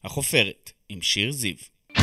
החופרת עם שיר זיו.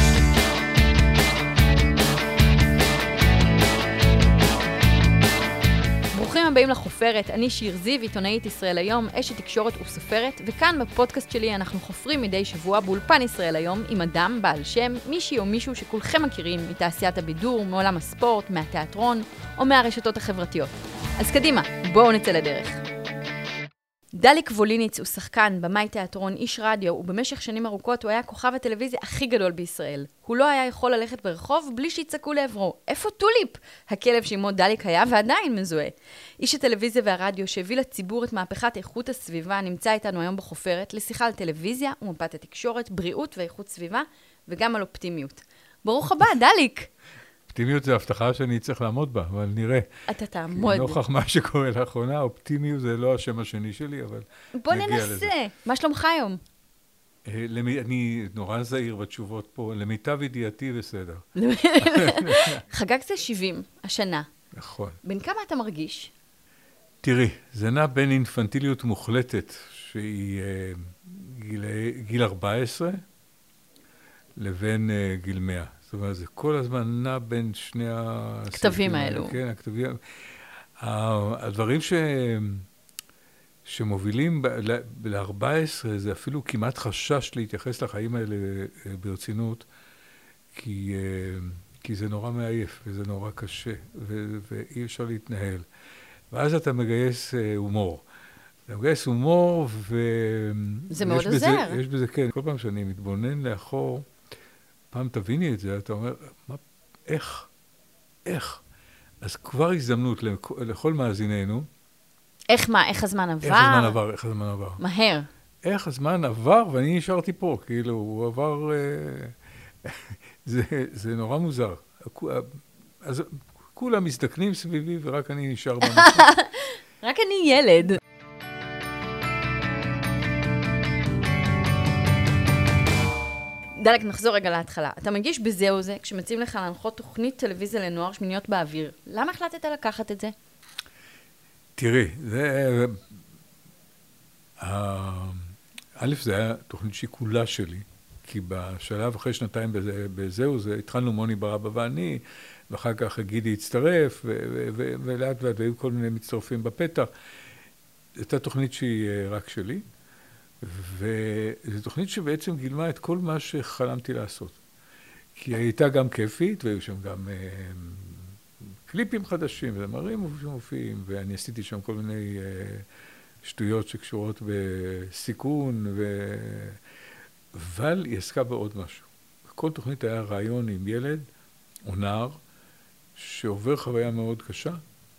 ברוכים הבאים לחופרת, אני שיר זיו, עיתונאית ישראל היום, אשת תקשורת וסופרת, וכאן בפודקאסט שלי אנחנו חופרים מדי שבוע באולפן ישראל היום עם אדם, בעל שם, מישהי או מישהו שכולכם מכירים מתעשיית הבידור, מעולם הספורט, מהתיאטרון או מהרשתות החברתיות. אז קדימה, בואו נצא לדרך. דליק ווליניץ הוא שחקן, במאי תיאטרון, איש רדיו, ובמשך שנים ארוכות הוא היה כוכב הטלוויזיה הכי גדול בישראל. הוא לא היה יכול ללכת ברחוב בלי שיצעקו לעברו. איפה טוליפ? הכלב שעמו דליק היה ועדיין מזוהה. איש הטלוויזיה והרדיו שהביא לציבור את מהפכת איכות הסביבה נמצא איתנו היום בחופרת לשיחה על טלוויזיה ומפת התקשורת, בריאות ואיכות סביבה, וגם על אופטימיות. ברוך הבא, דליק! אופטימיות זה הבטחה שאני צריך לעמוד בה, אבל נראה. אתה תעמוד. נוכח מה שקורה לאחרונה, אופטימיות זה לא השם השני שלי, אבל בוא ננסה. מה שלומך היום? אני נורא זהיר בתשובות פה, למיטב ידיעתי בסדר. חגגת 70 השנה. נכון. בין כמה אתה מרגיש? תראי, זה נע בין אינפנטיליות מוחלטת, שהיא גיל 14, לבין גיל 100. זאת אומרת, זה כל הזמן נע בין שני הכתבים האלו. כן, הכתבים. הדברים שמובילים ל-14, זה אפילו כמעט חשש להתייחס לחיים האלה ברצינות, כי זה נורא מעייף, וזה נורא קשה, ואי אפשר להתנהל. ואז אתה מגייס הומור. אתה מגייס הומור, זה מאוד עוזר. יש בזה, כן, כל פעם שאני מתבונן לאחור, פעם תביני את זה, אתה אומר, איך? אז כבר הזדמנות לכל מאזיננו. איך הזמן עבר? איך הזמן עבר? מהר. איך הזמן עבר, ואני נשארתי פה, כאילו, הוא עבר, זה נורא מוזר. אז כולם מזדקנים סביבי, ורק אני נשאר במשהו. רק אני ילד. דלק, נחזור רגע להתחלה. אתה מגיש בזהו זה, כשמציעים לך להנחות תוכנית טלוויזיה לנוער שמיניות באוויר. למה החלטת לקחת את זה? תראי, א', זה היה תוכנית שיקולה שלי, כי בשלב אחרי שנתיים בזהו זה, התחלנו מוני ברבא ואני, ואחר כך גידי הצטרף, ולאט ואט, והיו כל מיני מצטרפים בפתח. הייתה תוכנית שהיא רק שלי, וזו תוכנית שבעצם גילמה את כל מה שחלמתי לעשות. כי היא הייתה גם כיפית, והיו שם גם קליפים חדשים, ומראים שמופיעים, ואני עשיתי שם כל מיני שטויות שקשורות בסיכון, אבל היא עסקה בעוד משהו. בכל תוכנית היה רעיון עם ילד או נער, שעובר חוויה מאוד קשה.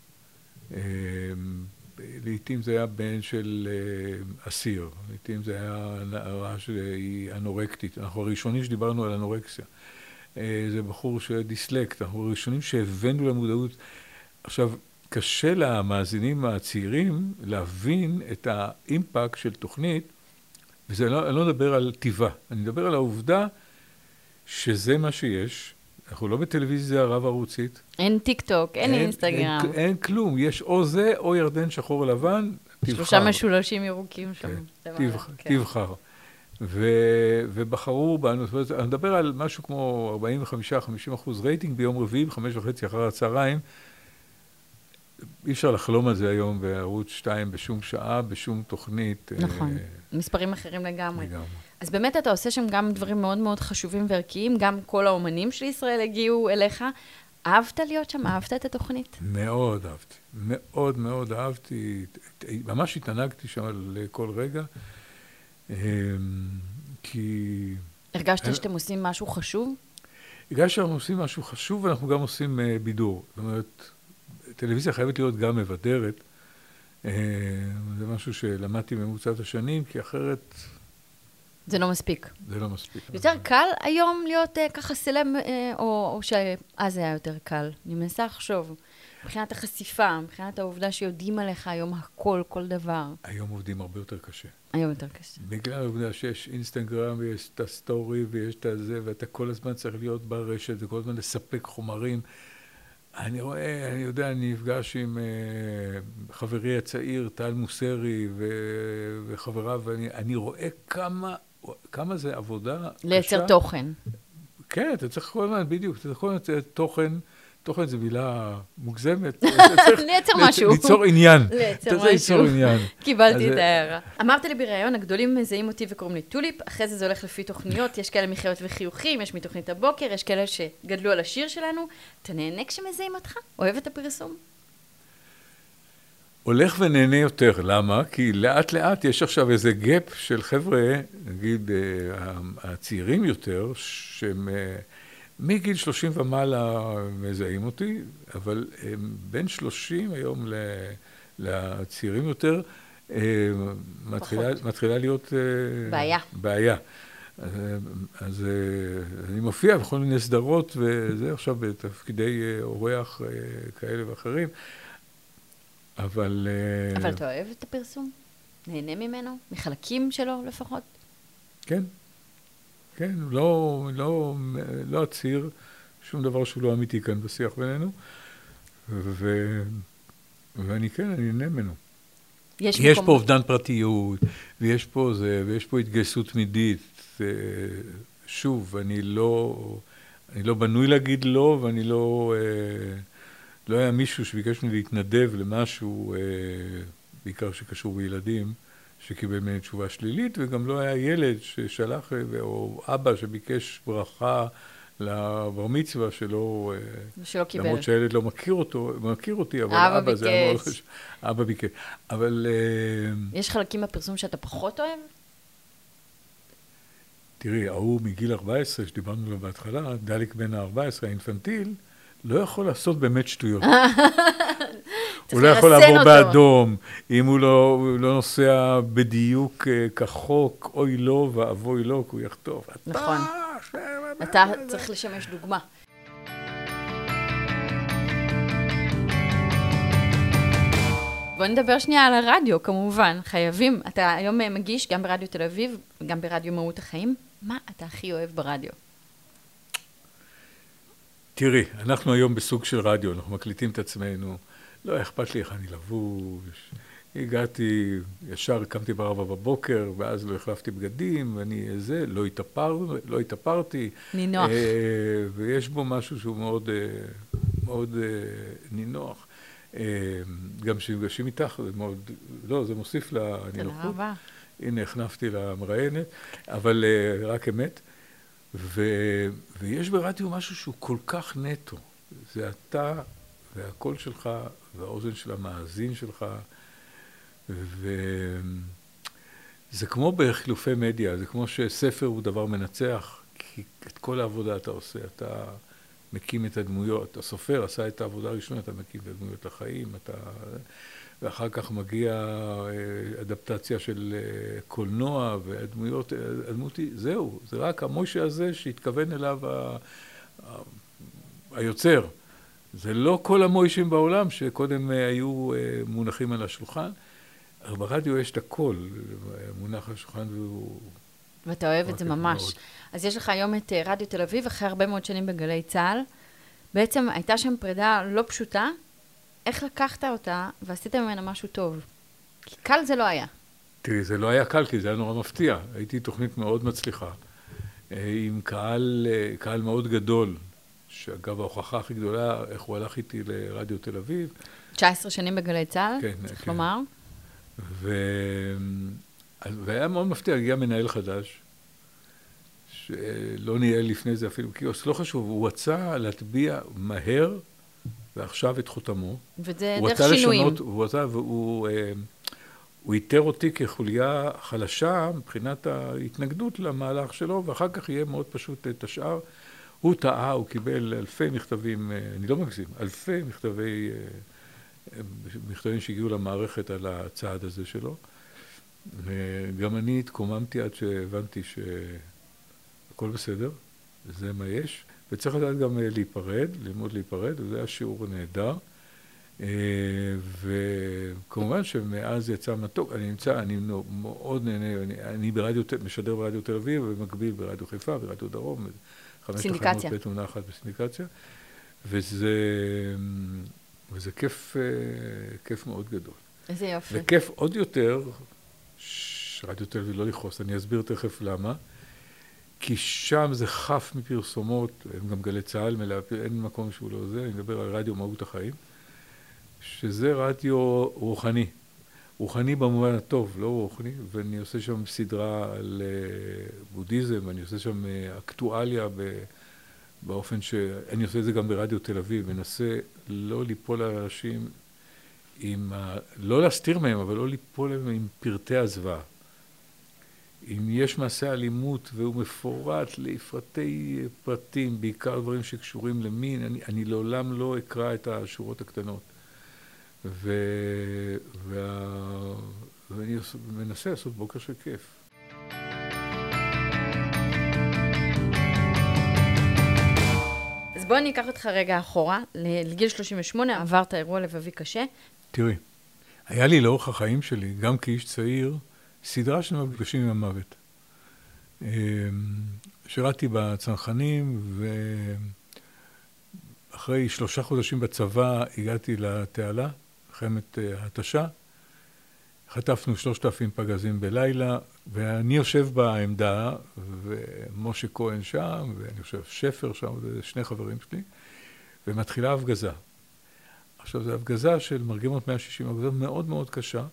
לעתים זה היה בן של אסיר, לעתים זה היה נערה שהיא אנורקטית. אנחנו הראשונים שדיברנו על אנורקסיה. זה בחור שדיסלקט, אנחנו הראשונים שהבאנו למודעות. עכשיו, קשה למאזינים הצעירים להבין את האימפקט של תוכנית, וזה אני לא מדבר על טבע, אני מדבר על העובדה שזה מה שיש. אנחנו לא בטלוויזיה רב ערוצית. אין טיק טוק, אין אינסטגרם. אין כלום, יש או זה או ירדן שחור לבן, תבחר. 3 משולשים ירוקים שם. תבחר. ובחרו בנו, זאת אומרת, אני מדבר על משהו כמו 45-50% רייטינג ביום רביעי, 5:30 אחר הצהריים. אי אפשר לחלום על זה היום בערוץ 2 בשום שעה, בשום תוכנית. נכון, מספרים אחרים לגמרי. אז באמת אתה עושה שם גם דברים מאוד מאוד חשובים וערכיים, גם כל האומנים של ישראל הגיעו אליך. אהבת להיות שם? אהבת את התוכנית? מאוד אהבתי. מאוד מאוד אהבתי. ממש התענגתי שם לכל רגע. כי... הרגשת שאתם עושים משהו חשוב? הרגשת שאנחנו עושים משהו חשוב, ואנחנו גם עושים בידור. זאת אומרת, טלוויזיה חייבת להיות גם מבדרת. זה משהו שלמדתי ממוצעת השנים, כי אחרת... זה לא מספיק. זה לא מספיק. יותר קל היום להיות ככה סלב, או שאז היה יותר קל. אני מנסה לחשוב. מבחינת החשיפה, מבחינת העובדה שיודעים עליך היום הכל, כל דבר. היום עובדים הרבה יותר קשה. היום יותר קשה. בגלל העובדה שיש אינסטגרם ויש את הסטורי ויש את זה, ואתה כל הזמן צריך להיות ברשת וכל הזמן לספק חומרים. אני רואה, אני יודע, אני נפגש עם חברי הצעיר, טל מוסרי וחבריו, ואני רואה כמה כמה זה עבודה קשה. לייצר תוכן. כן, אתה צריך כל הזמן, בדיוק, אתה צריך כל הזמן תוכן, תוכן זה מילה מוגזמת. לייצר משהו. ליצור עניין. לייצר משהו. ליצור עניין. קיבלתי את ההערה. אמרת לי בראיון, הגדולים מזהים אותי וקוראים לי טוליפ, אחרי זה הולך לפי תוכניות, יש כאלה מחיות וחיוכים, יש מתוכנית הבוקר, יש כאלה שגדלו על השיר שלנו. אתה נהנה כשמזהים אותך? אוהב את הפרסום? הולך ונהנה יותר, למה? כי לאט לאט יש עכשיו איזה גאפ של חבר'ה, נגיד הצעירים יותר, שהם מגיל 30 ומעלה מזהים אותי, אבל בין 30 היום לצעירים יותר, מתחילה להיות בעיה. אז אני מופיע בכל מיני סדרות, וזה עכשיו בתפקידי אורח כאלה ואחרים. אבל אתה אוהב את הפרסום? נהנה ממנו? מחלקים שלו לפחות? כן. כן, לא אציר שום דבר שהוא לא אמיתי כאן בשיח בינינו. ואני נהנה ממנו. יש פה אובדן פרטיות, ויש פה התגייסות תמידית. שוב, אני לא בנוי להגיד לא, ואני לא היה מישהו שביקש ממני להתנדב למשהו, בעיקר שקשור בילדים, שקיבל ממני תשובה שלילית, וגם לא היה ילד ששלח, או אבא שביקש ברכה לבר מצווה שלא קיבל. למרות שהילד לא מכיר אותי, אבל אבא זה היה מאוד חשוב. אבא ביקש. אבל יש חלקים בפרסום שאתה פחות אוהב? תראי, ההוא מגיל 14, שדיברנו עליו בהתחלה, דליק בן ה-14, האינפנטיל, לא יכול לעשות באמת שטויות. הוא לא יכול לעבור באדום, אם הוא לא נוסע בדיוק כחוק, אוי לא ואבוי לא, כי הוא יחטוף. נכון. אתה צריך לשמש דוגמה. בוא נדבר שנייה על הרדיו, כמובן. חייבים. אתה היום מגיש גם ברדיו תל אביב, וגם ברדיו מהות החיים. מה אתה הכי אוהב ברדיו? תראי, אנחנו היום בסוג של רדיו, אנחנו מקליטים את עצמנו. לא אכפת לי איך אני לבוש. הגעתי, ישר קמתי ב4 בבוקר, ואז לא החלפתי בגדים, ואני לא התאפרתי. נינוח. ויש בו משהו שהוא מאוד, מאוד נינוח. גם כשנפגשים איתך, זה מאוד, לא, זה מוסיף לנינוחות. תודה רבה. הנה, הכנפתי למראיינת, אבל רק אמת. ויש ברדיו משהו שהוא כל כך נטו. זה אתה והקול שלך והאוזן של המאזין שלך. וזה כמו בחילופי מדיה, זה כמו שספר הוא דבר מנצח, כי את כל העבודה אתה עושה, אתה מקים את הדמויות, הסופר עשה את העבודה הראשונה, אתה מקים את הדמויות לחיים, ואחר כך מגיע אדפטציה של קולנוע והדמויות, זהו, זה רק המוישה הזה שהתכוון אליו היוצר. זה לא כל המוישים בעולם שקודם היו מונחים על השולחן, אבל ברדיו יש את הכל, מונח על השולחן ואתה אוהב את זה ממש. מאוד. אז יש לך היום את רדיו תל אביב, אחרי הרבה מאוד שנים בגלי צה"ל. בעצם הייתה שם פרידה לא פשוטה. איך לקחת אותה ועשית ממנה משהו טוב? כי קל זה לא היה. תראי, זה לא היה קל, כי זה היה נורא מפתיע. הייתי תוכנית מאוד מצליחה, עם קהל מאוד גדול, שאגב, ההוכחה הכי גדולה, איך הוא הלך איתי לרדיו תל אביב. 19 שנים בגלי צה"ל, כן, צריך כן. לומר. והיה מאוד מפתיע, הגיע מנהל חדש, שלא ניהל לפני זה אפילו קיוס, לא חשוב, הוא רצה להטביע מהר, ועכשיו את חותמו. וזה דרך שינויים. הוא איתר אותי כחוליה חלשה, מבחינת ההתנגדות למהלך שלו, ואחר כך יהיה מאוד פשוט את השאר. הוא טעה, הוא קיבל אלפי מכתבים, אני לא מגזים, אלפי מכתבים שהגיעו למערכת על הצעד הזה שלו. וגם אני התקוממתי עד שהבנתי שהכל בסדר, וזה מה יש. וצריך לדעת גם ללמוד להיפרד, וזה היה שיעור נהדר. וכמובן שמאז יצא מתוק, אני מאוד נהנה, אני משדר ברדיו תל אביב, ובמקביל ברדיו חיפה, ברדיו דרום, סינדיקציה. בתאונה אחת בסינדיקציה, וזה כיף מאוד גדול. איזה יופי. וכיף עוד יותר, לכבוש, רדיו תל אביב לא לכבוש, אני אסביר תכף למה. כי שם זה חף מפרסומות, הם גם גלי צהל, אין מקום שהוא לא זה, אני מדבר על רדיו מהות החיים, שזה רדיו רוחני. רוחני במובן הטוב, לא רוחני, ואני עושה שם סדרה על בודהיזם, אני עושה שם אקטואליה באופן שאני עושה את זה גם ברדיו תל אביב, מנסה לא ליפול על אנשים לא להסתיר מהם, אבל לא ליפול להם עם פרטי הזוועה. אם יש מעשה אלימות והוא מפורט לפרטי פרטים, בעיקר דברים שקשורים למין, אני לעולם לא אקרא את השורות הקטנות. ואני מנסה לעשות בוקר של כיף. אז בוא אני אקח אותך רגע אחורה, לגיל 38, עברת אירוע לבבי קשה. תראי, היה לי לאורך החיים שלי, גם כאיש צעיר, סדרה של מפגשים עם המוות. שירתי בצנחנים, ואחרי 3 חודשים בצבא הגעתי לתעלה, מלחמת התשה, חטפנו 3,000 פגזים בלילה, ואני יושב בעמדה, ומשה כהן שם, ואני חושב שפר שם, ושני חברים שלי, ומתחילה הפגזה. עכשיו, זו הפגזה של מרגמות 160, הפגזה מאוד מאוד קשה,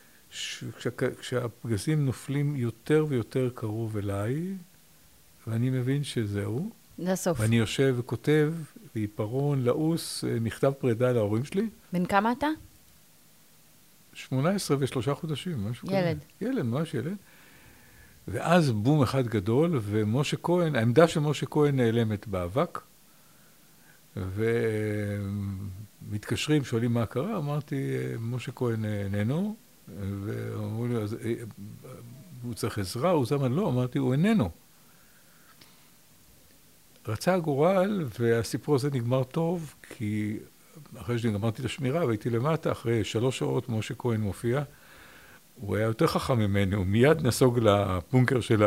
כשהפגזים נופלים יותר ויותר קרוב אליי, ואני מבין שזהו. זה הסוף. ואני יושב וכותב, בעיפרון, לעוס, מכתב פרידה להורים שלי. בן כמה אתה? 18 ו3 חודשים, משהו כזה. ילד. ילד, ממש ילד. ואז בום אחד גדול, ומשה כהן, העמדה של משה כהן נעלמת באבק, ומתקשרים, שואלים מה קרה, אמרתי, משה כהן איננו, ואמרו לי, אז הוא צריך עזרה, הוא זמן לא, אמרתי, הוא איננו. רצה הגורל, והסיפור הזה נגמר טוב, כי אחרי שגמרתי את השמירה והייתי למטה, אחרי 3 שעות משה כהן מופיע, הוא היה יותר חכם ממנו, הוא מיד נסוג לפונקר של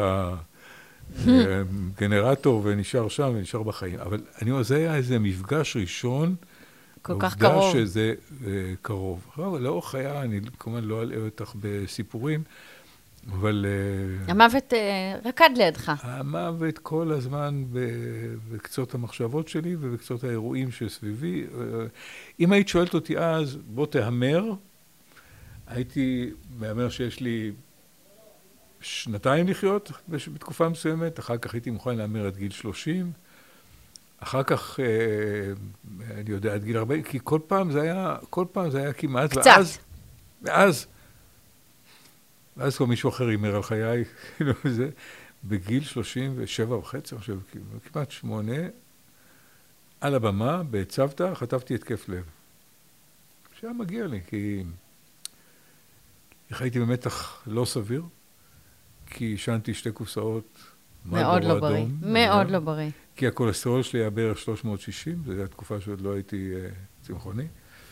הגנרטור ונשאר שם ונשאר בחיים. אבל אני אומר, זה היה איזה מפגש ראשון, כל כך קרוב. עובדה שזה קרוב. אבל לאורך חיי, אני כמובן לא אלאה אותך בסיפורים, אבל... המוות רקד לידך. המוות כל הזמן בקצות המחשבות שלי ובקצות האירועים שסביבי. אם היית שואלת אותי אז, בוא תהמר, הייתי מהמר שיש לי 2 לחיות בתקופה מסוימת, אחר כך הייתי מוכן להמר עד גיל 30, אחר כך, אני יודע, עד גיל 40, כי כל פעם זה היה כמעט, קצת. ואז כל מישהו אחר ימר על חיי, בגיל 37 וחצי, עכשיו, כמעט 8, על הבמה, בצוותא, חטפתי התקף לב. שהיה מגיע לי, כי חייתי במתח לא סביר, כי ישנתי 2 קופסאות, מאוד לא בריא, מאוד לא בריא. כי הכולסטרול שלי היה בערך 360, זו הייתה תקופה שעוד לא הייתי צמחוני.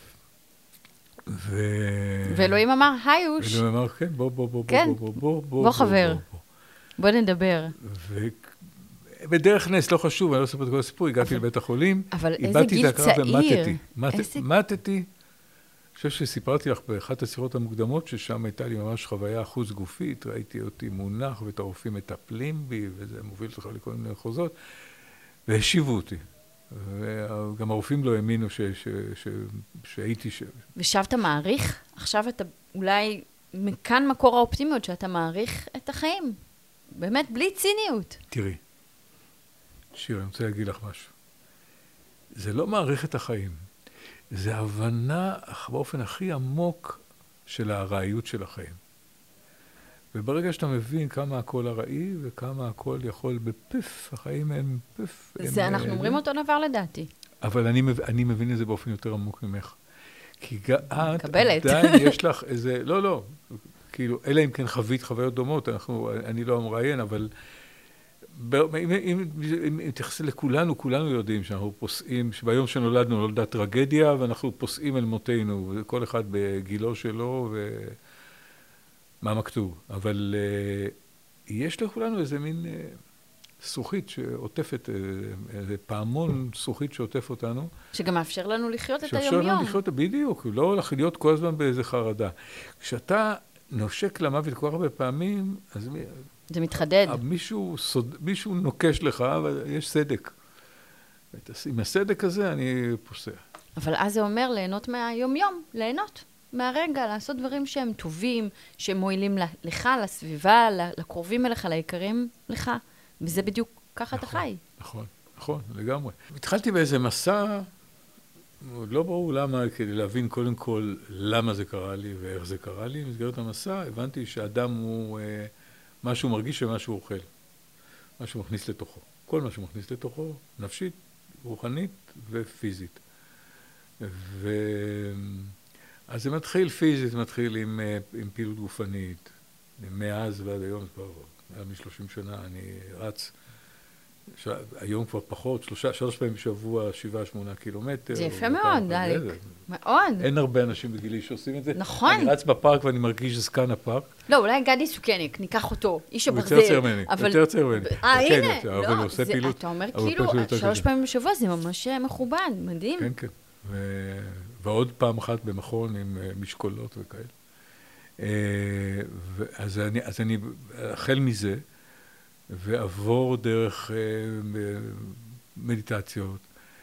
ואלוהים אמר, היוש. ואלוהים אמר, כן, בוא חבר, בוא נדבר. בדרך נס, לא חשוב, אני לא אספר את כל הסיפור, הגעתי לבית החולים, אבל איזה גיל צעיר. מתתי. אני חושב שסיפרתי לך באחת השיחות המוקדמות, ששם הייתה לי ממש חוויה חוץ גופית, ראיתי אותי מונח ואת הרופאים מטפלים בי, וזה מוביל אותך לכל מיני מחוזות, והשיבו אותי. וגם הרופאים לא האמינו שהייתי ושבת מעריך? עכשיו אתה אולי מכאן מקור האופטימיות, שאתה מעריך את החיים. באמת, בלי ציניות. תראי, שיר, אני רוצה להגיד לך משהו. זה לא מעריך את החיים. זה הבנה באופן הכי עמוק של הארעיות של החיים. וברגע שאתה מבין כמה הכל ארעי וכמה הכל יכול בפף, החיים הם פף. זה אנחנו אומרים אותו דבר לדעתי. אבל אני מבין את זה באופן יותר עמוק ממך. כי את מקבלת. עדיין יש לך איזה, לא, כאילו, אלא אם כן חווית חוויות דומות, אני לא המראיין, אבל אם נתייחס לכולנו, כולנו יודעים שאנחנו פוסעים, שביום שנולדנו נולדה טרגדיה, ואנחנו פוסעים אל מותנו, וכל אחד בגילו שלו, ומה מכתוב. אבל יש לכולנו איזה מין זכוכית שעוטפת, איזה פעמון זכוכית שעוטף אותנו. שגם מאפשר לנו לחיות את שאפשר היום-יום. לנו לחיות, בדיוק, לא להיות כל הזמן באיזה חרדה. כשאתה נושק למוות כל כך הרבה פעמים, אז זה מתחדד. מישהו נוקש לך, אבל יש סדק. עם הסדק הזה אני פוסע. אבל אז זה אומר ליהנות מהיום-יום, ליהנות מהרגע, לעשות דברים שהם טובים, שהם מועילים לך, לסביבה, לקרובים אליך, ליקרים לך. וזה בדיוק ככה אתה חי. נכון, לגמרי. התחלתי באיזה מסע, לא ברור למה, כדי להבין קודם כל למה זה קרה לי ואיך זה קרה לי. במסגרת המסע הבנתי שאדם הוא מה שהוא מרגיש ומה שהוא אוכל. מה שהוא מכניס לתוכו. כל מה שהוא מכניס לתוכו, נפשית, רוחנית ופיזית. אז זה מתחיל פיזית, זה מתחיל עם פעילות גופנית. מאז ועד היום, כבר מ-30 שנה, אני רץ. היום כבר פחות, 3 פעמים בשבוע, 7-8 קילומטר. זה יפה מאוד, דליק. מאוד. אין הרבה אנשים בגילי שעושים את זה. נכון. אני רץ בפארק ואני מרגיש זקן הפארק. לא, אולי גדי סוכניק, ניקח אותו, איש הברזל. הוא יותר צעיר ממני. הנה, אבל הוא עושה פעילות. אתה אומר כאילו, 3 פעמים בשבוע זה ממש מכובד, מדהים. כן, כן. ועוד פעם אחת במכון עם משקולות וכאלה. אז אני החל מזה, ועבור דרך מדיטציות,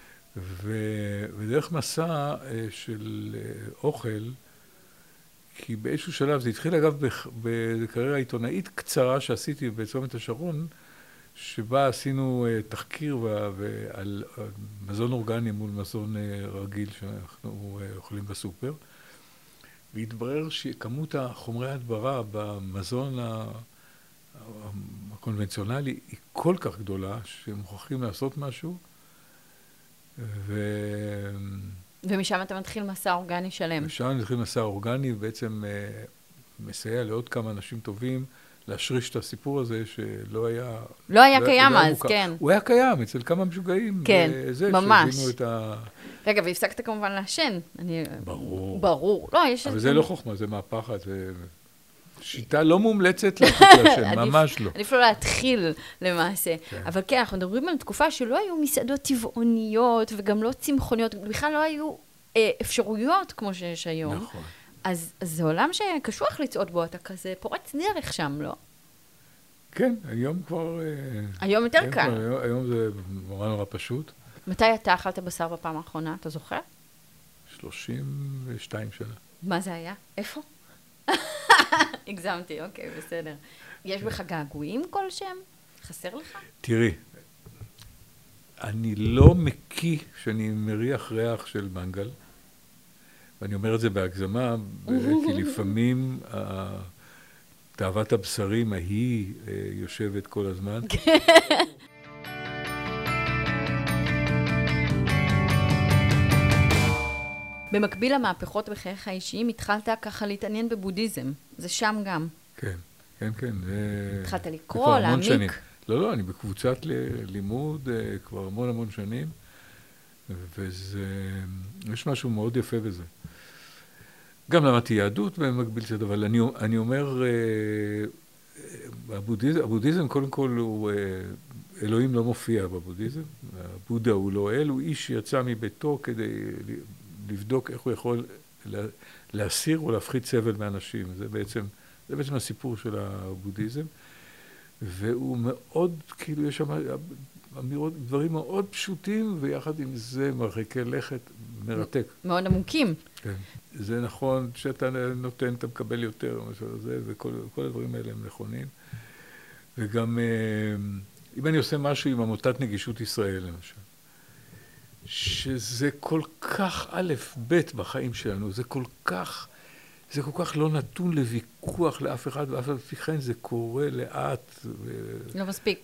ודרך מסע של אוכל, כי באיזשהו שלב, זה התחיל אגב בקריירה עיתונאית קצרה שעשיתי בצומת השרון, שבה עשינו תחקיר על מזון אורגני מול מזון רגיל שאנחנו אוכלים בסופר, והתברר שכמות החומרי ההדברה במזון הקונבנציונלי היא כל כך גדולה, שמוכרחים לעשות משהו, ומשם אתה מתחיל מסע אורגני שלם. משם אני מתחיל מסע אורגני, ובעצם מסייע לעוד כמה אנשים טובים, להשריש את הסיפור הזה שלא היה... לא היה קיים אז, כן. הוא היה קיים אצל כמה משוגעים. כן, ממש. את רגע, והפסקת כמובן לעשן. ברור. ברור. לא, יש... אבל זה לא חוכמה, זה מהפחד, זה... שיטה לא מומלצת להפסיק לעשן, ממש לא. עדיף לא להתחיל למעשה. אבל כן, אנחנו מדברים על תקופה שלא היו מסעדות טבעוניות וגם לא צמחוניות, בכלל לא היו אפשרויות כמו שיש היום. נכון. אז זה עולם שקשוח לצעוד בו, אתה כזה פורץ דרך שם, לא? כן, היום כבר... היום יותר קל. היום זה נורא פשוט. מתי אתה אכלת בשר בפעם האחרונה, אתה זוכר? 32 שנה. מה זה היה? איפה? הגזמתי, אוקיי, בסדר. יש בך געגועים כלשהם? חסר לך? תראי, אני לא מקיא שאני מריח ריח של מנגל, ואני אומר את זה בהגזמה, כי לפעמים תאוות הבשרים ההיא יושבת כל הזמן. במקביל למהפכות בחייך האישיים, התחלת ככה להתעניין בבודהיזם. זה שם גם. כן, כן, כן. התחלת לקרוא, להעמיק. לא, אני בקבוצת לימוד כבר המון שנים, ויש משהו מאוד יפה בזה. גם למדתי יהדות במקביל קצת, אבל אני אומר, הבודהיזם קודם כל הוא, אלוהים לא מופיע בבודהיזם, הבודה הוא לא אל, הוא איש שיצא מביתו כדי לבדוק איך הוא יכול להסיר או להפחית סבל מאנשים. זה בעצם הסיפור של הבודהיזם, והוא מאוד, כאילו יש שם אמירות, דברים מאוד פשוטים, ויחד עם זה מרחיקי לכת מרתק. מאוד עמוקים. כן. זה נכון שאתה נותן, אתה מקבל יותר, וכל הדברים האלה הם נכונים. וגם, אם אני עושה משהו עם עמותת נגישות ישראל, למשל, שזה כל כך א' ב' בחיים שלנו, זה כל כך לא נתון לוויכוח לאף אחד, ואף אחד זה קורה לאט. לא מספיק.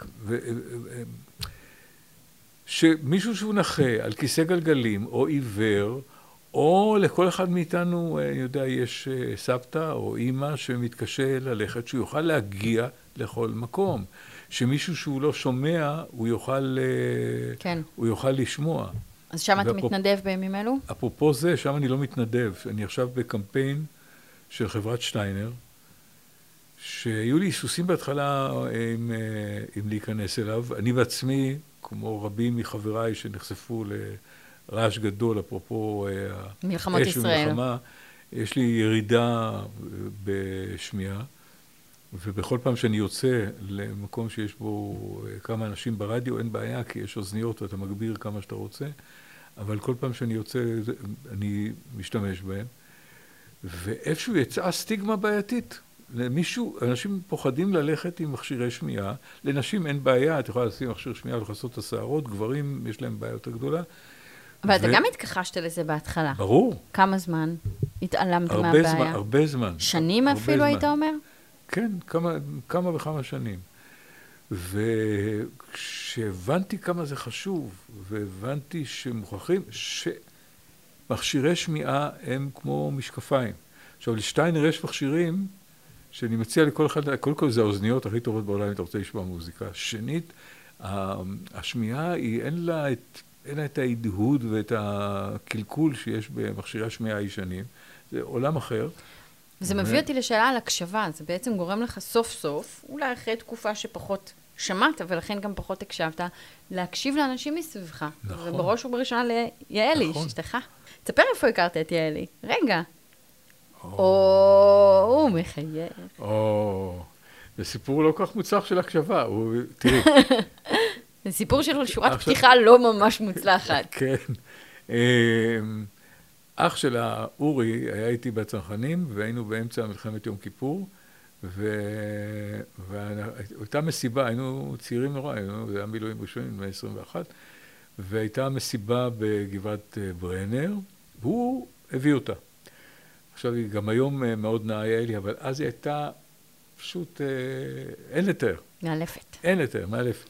שמישהו שהוא נכה על כיסא גלגלים, או עיוור, או לכל אחד מאיתנו, אני יודע, יש סבתא או אמא שמתקשה ללכת, שהוא יוכל להגיע לכל מקום. שמישהו שהוא לא שומע, הוא יוכל לשמוע. אז שם אתה מתנדב בימים אלו? אפרופו זה, שם אני לא מתנדב. אני עכשיו בקמפיין של חברת שטיינר, שהיו לי היסוסים בהתחלה עם להיכנס אליו. אני בעצמי, כמו רבים מחבריי שנחשפו לרעש גדול, אפרופו מלחמות ישראל. ומלחמה, יש לי ירידה בשמיעה, ובכל פעם שאני יוצא למקום שיש בו כמה אנשים ברדיו, אין בעיה, כי יש אוזניות ואתה מגביר כמה שאתה רוצה, אבל כל פעם שאני יוצא, אני משתמש בהם. ואיפשהו יצאה סטיגמה בעייתית. למישהו, אנשים פוחדים ללכת עם מכשירי שמיעה, לנשים אין בעיה, את יכולה לשים מכשיר שמיעה ולחסות את השערות, גברים יש להם בעיה יותר גדולה. אבל אתה גם התכחשת לזה בהתחלה. ברור. כמה זמן התעלמת מהבעיה? הרבה זמן. שנים אפילו היית אומר? כן, כמה וכמה שנים. וכשהבנתי כמה זה חשוב, והבנתי שמוכרחים, שמכשירי שמיעה הם כמו משקפיים. עכשיו, לשטיינר יש מכשירים שאני מציע לכל אחד, קודם כל זה האוזניות הכי טובות בעולם אם אתה רוצה לשמוע מוזיקה. שנית, השמיעה היא אין לה את ההדהוד ואת הקלקול שיש במכשירי השמיעה הישנים. זה עולם אחר. וזה מביא אותי לשאלה על הקשבה. זה בעצם גורם לך סוף סוף, אולי אחרי תקופה שפחות שמעת, ולכן גם פחות הקשבת, להקשיב לאנשים מסביבך. נכון. ובראש ובראשונה ליעלי, נכון. שאשתך. תספר איפה הכרת את יעלי. רגע. הוא מחייך. זה סיפור לא כך מוצלח של הקשבה. תראי. זה סיפור של שורת פתיחה לא ממש מוצלחת. כן. אח שלה, אורי, היה איתי בצנחנים, והיינו באמצע מלחמת יום כיפור, והייתה מסיבה, היינו צעירים נורא, זה היה מילואים ראשונים, 121, והייתה מסיבה בגבעת ברנר, והוא הביא אותה. עכשיו, היא גם היום מאוד נאה לי, אבל אז היא הייתה פשוט, אין לתאר. מאלפת. אין לתאר, מאלפת.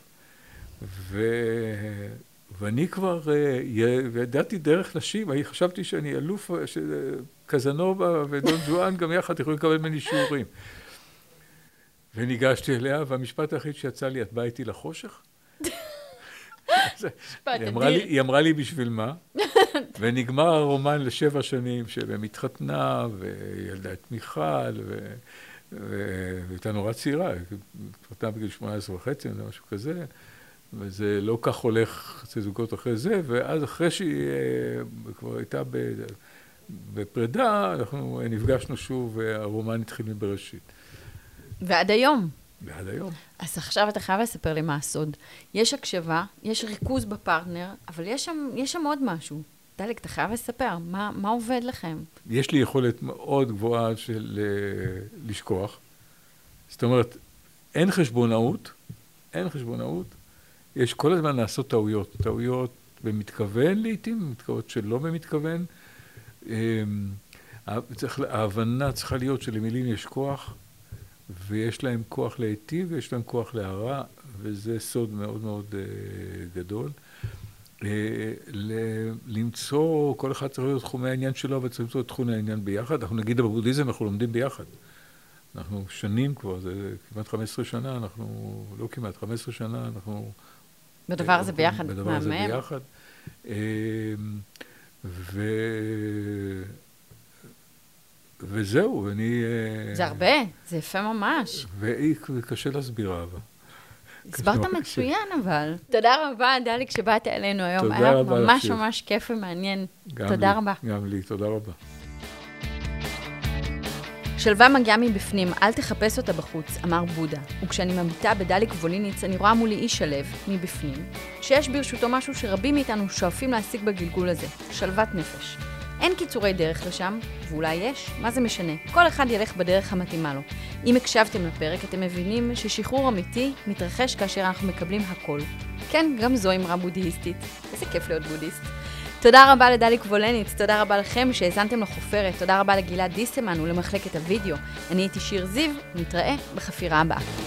ואני כבר ידעתי דרך נשים, אני חשבתי שאני אלוף, קזנובה ודון ג'ואן גם יחד יכולים לקבל ממני שיעורים. וניגשתי אליה, והמשפט היחיד שיצא לי, את באה איתי לחושך? היא אמרה לי בשביל מה, ונגמר הרומן ל7 שנים, שבהם התחתנה, וילדה את מיכל, והייתה נורא צעירה, התחתנה בגיל 18.5, משהו כזה, וזה לא כך הולך זוגות אחרי זה, ואז אחרי שהיא כבר הייתה בפרידה, אנחנו נפגשנו שוב, והרומן התחיל מבראשית. ועד היום. ועד היום. אז עכשיו אתה חייב לספר לי מה הסוד. יש הקשבה, יש ריכוז בפרטנר, אבל יש שם עוד משהו. דלק, אתה חייב לספר, מה עובד לכם? יש לי יכולת מאוד גבוהה של לשכוח. זאת אומרת, אין חשבונאות, יש כל הזמן לעשות טעויות במתכוון לעתים, טעויות שלא במתכוון. ההבנה צריכה להיות שלמילים יש כוח, ויש להם כוח להיטיב, ויש להם כוח להרע, וזה סוד מאוד מאוד גדול. למצוא, כל אחד צריך להיות תחומי העניין שלו, וצריך למצוא את תחומי העניין ביחד. אנחנו נגיד בבודהיזם, אנחנו לומדים ביחד. אנחנו שנים כבר, זה כמעט 15 שנה, אנחנו, לא כמעט, 15 שנה, אנחנו... בדבר הזה ביחד, בדבר הזה ביחד. וזהו, אני... זה הרבה, זה יפה ממש. וקשה להסביר אהבה. הסברת מצוין אבל. תודה רבה, דליק, שבאת אלינו היום. היה ממש ממש כיף ומעניין. תודה רבה. גם לי, תודה רבה. שלווה מגיעה מבפנים, אל תחפש אותה בחוץ, אמר בודה. וכשאני מביטה בדליק ווליניץ, אני רואה מולי איש שלו, מבפנים, שיש ברשותו משהו שרבים מאיתנו שואפים להשיג בגלגול הזה, שלוות נפש. אין קיצורי דרך לשם, ואולי יש, מה זה משנה? כל אחד ילך בדרך המתאימה לו. אם הקשבתם לפרק, אתם מבינים ששחרור אמיתי מתרחש כאשר אנחנו מקבלים הכל. כן, גם זו אמרה בודהיסטית. איזה כיף להיות בודהיסט. תודה רבה לדליק ווליניץ, תודה רבה לכם שהאזנתם לחופרת, תודה רבה לגלעד דיסמן ולמחלקת הוידאו. אני הייתי שיר זיו, נתראה בחפירה הבאה.